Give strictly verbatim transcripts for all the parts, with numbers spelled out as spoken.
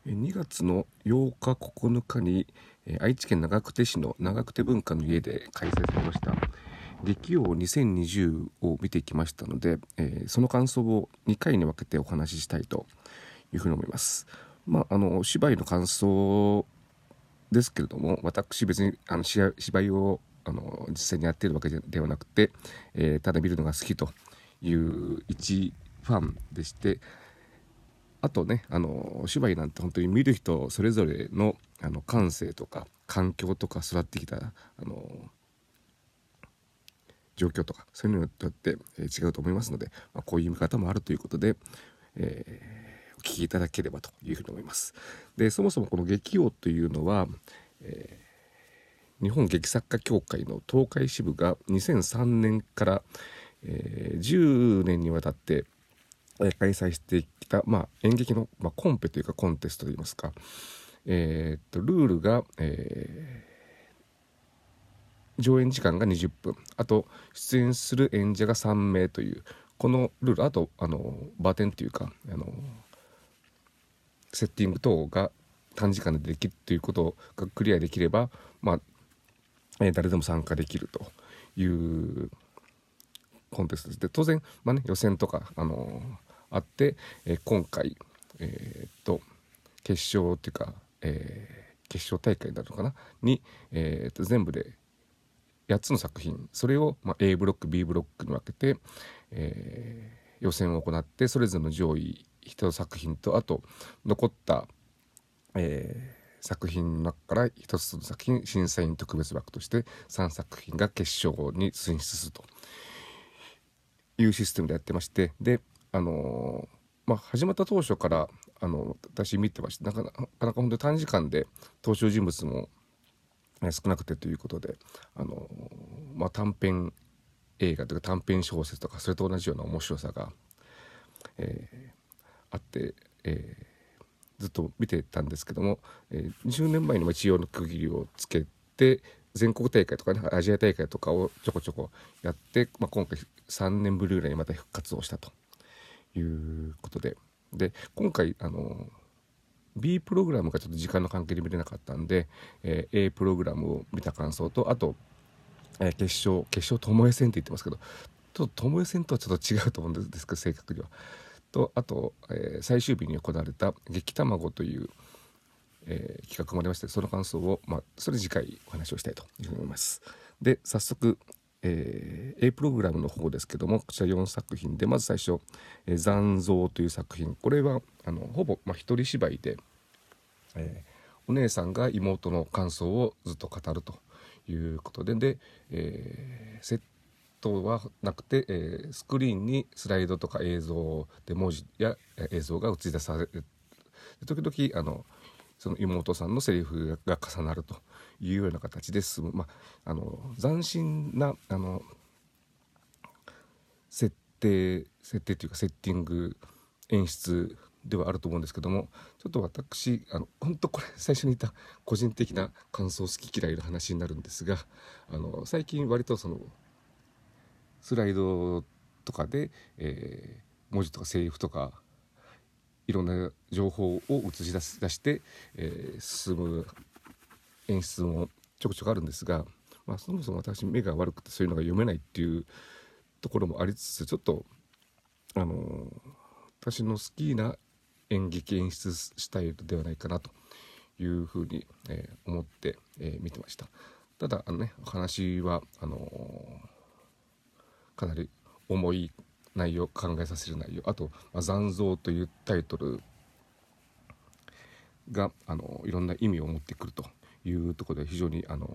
にがつのようかここのかに愛知県長久手市の長久手文化の家で開催されました劇王にせんにじゅうを見てきましたので、えー、その感想をにかいに分けてお話ししたいというふうに思います。まあ、あの芝居の感想ですけれども、私別にあの芝居をあの実際にやっているわけではなくて、えー、ただ見るのが好きという一ファンでして、あとね、あの芝居なんて本当に見る人それぞれのあの感性とか環境とか育ってきたあの状況とかそういうのによって、えー、違うと思いますので、まあ、こういう見方もあるということで、えー、お聞きいただければというふうに思います。で、そもそもこの劇王というのは、えー、日本劇作家協会の東海支部がにせんさんねんから、えー、じゅうねんにわたって開催してきた、まあ、演劇の、まあ、コンペというかコンテストといいますか、えー、っとルールが、えー、上演時間がにじゅっぷん、あと出演する演者がさんめいというこのルール、あとあのバーテンというかあのセッティング等が短時間でできるということがクリアできれば、まあえー、誰でも参加できるというコンテストで、当然、まあね、予選とか、あのー、あって、えー、今回、えー、っと決勝っていうか、えー、決勝大会になるのかなに、えー、っと全部でやっつの作品、それを、まあ、A ブロック B ブロックに分けて、えー、予選を行って、それぞれの上位いち作品と、あと残った、えー、作品の中からひとつの作品審査員特別枠としてさんさく品が決勝に進出するというシステムでやってまして、で、あのーまあ、始まった当初からあの私見てまして、なかなかなか本当に短時間で登場人物も少なくてということで、あのーまあ、短編映画というか短編小説とかそれと同じような面白さが、えー、あって、えー、ずっと見てたんですけども、えー、じゅうねんまえに一応の区切りをつけて全国大会とかね、アジア大会とかをちょこちょこやって、まあ、今回さんねんぶりぐらいにまた復活をしたということで、で今回あの B プログラムがちょっと時間の関係で見れなかったんで、えー、A プログラムを見た感想と、あと、えー、決勝決勝ともえ戦って言ってますけど、ちょっとともえ戦とはちょっと違うと思うんですけど、正確にはと、あと、えー、最終日に行われた激卵というえー、企画もありまして、その感想を、まあ、それ次回お話をしたいというふうに思います。で、早速、えー、A プログラムの方ですけども、こちらよんさく品で、まず最初、えー、残像という作品、これはあのほぼ、まあ、一人芝居で、えー、お姉さんが妹の感想をずっと語るということで、で、えー、セットはなくて、えー、スクリーンにスライドとか映像で文字や映像が映し出される、時々あのその妹さんのセリフが重なるというような形で進む、まあ、あの斬新なあの設定設定というかセッティング演出ではあると思うんですけども、ちょっと私あの本当これ最初に言った個人的な感想、好き嫌いの話になるんですが、あの最近割とそのスライドとかで、えー、文字とかセリフとかいろんな情報を映し出し出して、えー、進む演出もちょくちょくあるんですが、まあ、そもそも私目が悪くてそういうのが読めないっていうところもありつつ、ちょっとあのー、私の好きな演劇演出スタイルではないかなというふうに、えー、思って、えー、見てました。ただあのね、お話はあのー、かなり重い内容、考えさせる内容、あと、まあ、残像というタイトルがあのいろんな意味を持ってくるというところで非常にあの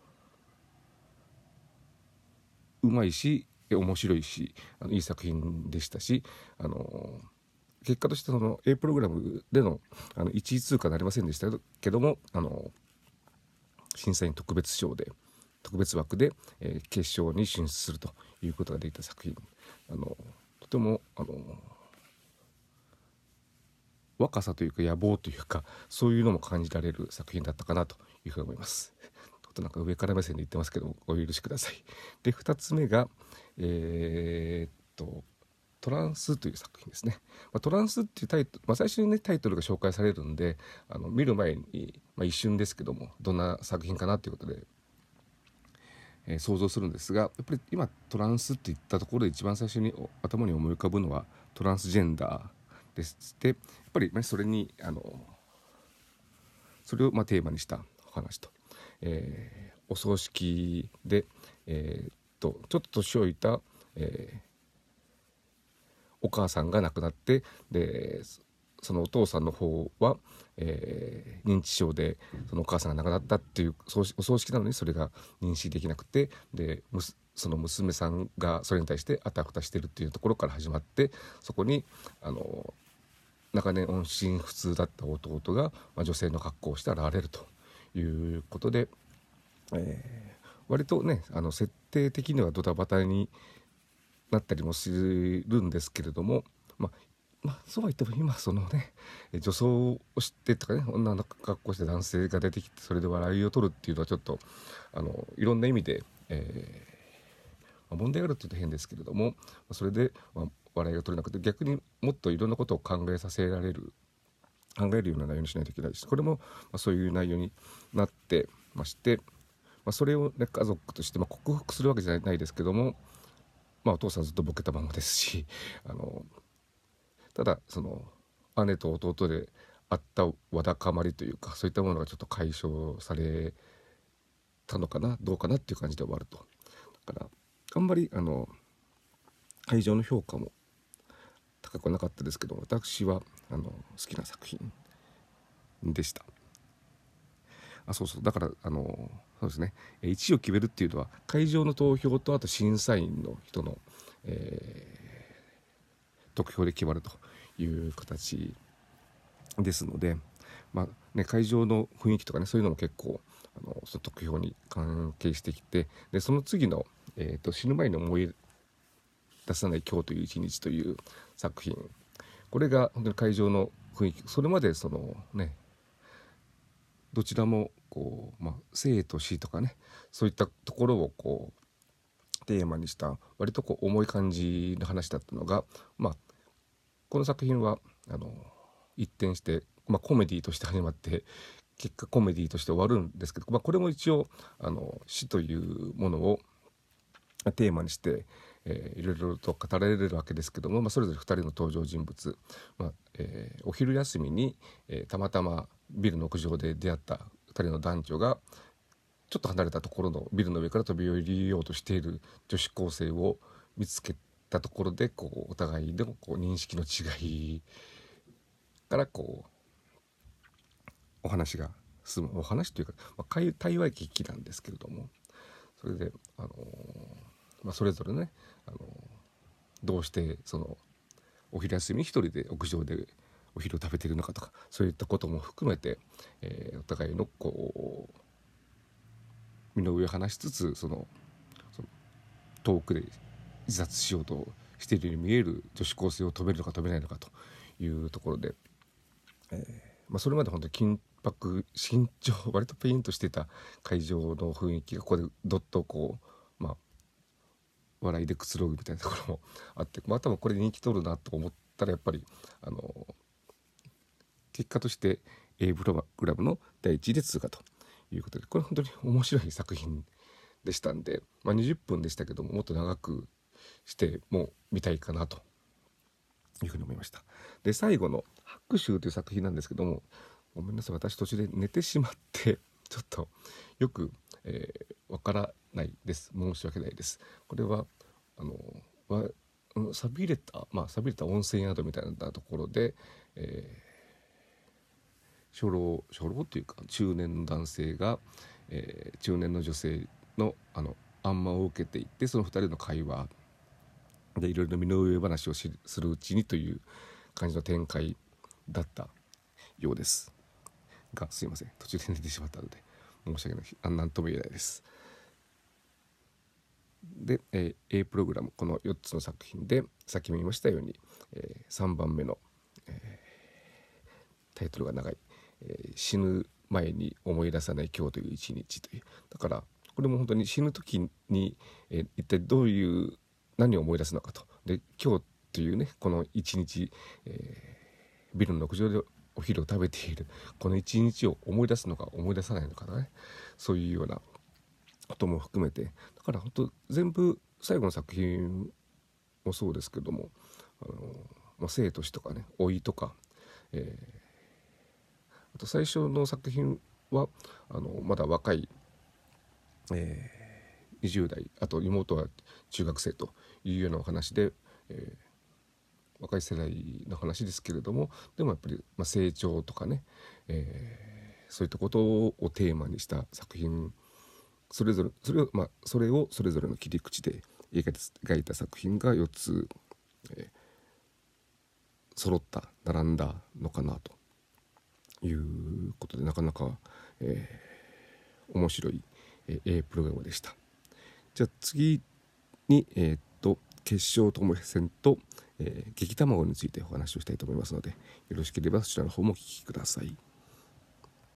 うまいし面白いし、あのいい作品でしたし、あの結果としてその A プログラムでのあのいちい通過になりませんでしたけども、あの審査員特別賞で特別枠で、えー、決勝に進出するということができた作品、あのとてもあの若さというか野望というか、そういうのも感じられる作品だったかなというふうに思います。ちょっとなんか上から目線で言ってますけども、お許しください。でふたつめがえー、っとトランスという作品ですね。まあ、トランスっていうタイトル、まあ、最初にねタイトルが紹介されるんで、あの見る前に、まあ、一瞬ですけどもどんな作品かなということで、えー、想像するんですが、やっぱり今トランスって言ったところで一番最初に頭に思い浮かぶのはトランスジェンダーですで、やっぱり、まあ、それにあのそれをまあテーマにしたお話と、えー、お葬式で、えー、っとちょっと年老いた、えー、お母さんが亡くなって、でそのお父さんの方は、えー、認知症でそのお母さんが亡くなったっていうお葬式なのにそれが認識できなくて、でその娘さんがそれに対してあたふたしてるっていうところから始まって、そこにあの長年音信不通だった弟が、まあ、女性の格好をして現れるということで、えー、割とねあの設定的にはドタバタになったりもするんですけれども、まあまあ、そうは言っても今そのね女装をしてとかね女の格好して男性が出てきてそれで笑いを取るっていうのはちょっとあのいろんな意味で、えーまあ、問題があるって言うと変ですけれども、それで、まあ、笑いが取れなくて逆にもっといろんなことを考えさせられる考えるような内容にしないといけないし、これも、まあ、そういう内容になってまして、まあ、それを、ね、家族として、まあ、克服するわけじゃないですけども、まあ、お父さんずっとボケたままですし、あのただその姉と弟であったわだかまりというかそういったものがちょっと解消されたのかなどうかなっていう感じで終わると。だからあんまりあの会場の評価も高くなかったですけど、私はあの好きな作品でした。あそうそうだからあのそうですね、いちいを決めるっていうのは会場の投票とあと審査員の人の、えー、得票で決まるという形ですので、まあね、会場の雰囲気とかねそういうのも結構あのその得票に関係してきて、でその次の、えーと「死ぬ前に思い出さない今日という一日」という作品、これが本当に会場の雰囲気、それまでそのねどちらもこう、まあ、生と死とかねそういったところをこうテーマにした割とこう重い感じの話だったのが、まあ、この作品はあの一転して、まあ、コメディとして始まって結果コメディとして終わるんですけど、まあ、これも一応あの死というものをテーマにして、えー、いろいろと語られるわけですけども、まあ、それぞれふたりの登場人物、まあえー、お昼休みに、えー、たまたまビルの屋上で出会ったふたりの男女がちょっと離れたところのビルの上から飛び降りようとしている女子高生を見つけたところでこうお互いのこう認識の違いからこうお話が進むお話というか、まあ、対話劇なんですけれども、それで、あのーまあ、それぞれね、あのーどうしてそのお昼休みに一人で屋上でお昼を食べているのかとかそういったことも含めて、えー、お互いのこう身の上を話しつつそのその遠くで自殺しようとしているように見える女子高生を止めるのか止めないのかというところで、えーまあ、それまで本当に緊迫慎重割とペインとしていた会場の雰囲気がここでどっとこう、まあ、笑いでくつろぐみたいなところもあって、まあ、多分これ人気取るなと思ったらやっぱりあの結果として A プログラムのだいいちいで通過ということで、これ本当に面白い作品でしたんで、まあ、にじゅっぷんでしたけどももっと長くしても見たいかなというふうに思いました。で最後の「白秋」という作品なんですけども、ごめんなさい私途中で寝てしまってちょっとよくわ、えー、からないです。申し訳ないです。これはあのは寂れたまあ寂れた温泉宿みたいなところで、えー、初老初老というか中年の男性が、えー、中年の女性のあのあんまを受けていってそのふたりの会話でいろいろ身の上話をするうちにという感じの展開だったようですが、すいません途中で寝てしまったので申し訳ない、あ何とも言えないです。で、えー、A プログラムこのよっつの作品でさっきも言いましたように、えー、さんばんめの、えー、タイトルが長い、えー、死ぬ前に思い出さない今日という一日という、だからこれも本当に死ぬ時に、えー、一体どういう何を思い出すのかと、で今日というね、この一日、えー、ビルの屋上でお昼を食べているこの一日を思い出すのか思い出さないのかね、そういうようなことも含めて、だから本当全部最後の作品もそうですけども、あの、まあ、生と死とかね、老いとか、えー、あと最初の作品はあのまだ若い、えー、にじゅう代、あと妹は中学生というようなお話で、えー、若い世代の話ですけれども、でもやっぱり、まあ、成長とかね、えー、そういったことをテーマにした作品、それぞれそれを、まあ、それをそれぞれの切り口で描いた作品がよっつ、えー、揃った並んだのかなということで、なかなか、えー、面白い、えー、プログラムでした。じゃあ次に、えー、っと決勝ともえ戦と、えー、激卵についてお話をしたいと思いますので、よろしければそちらの方もお聞きください。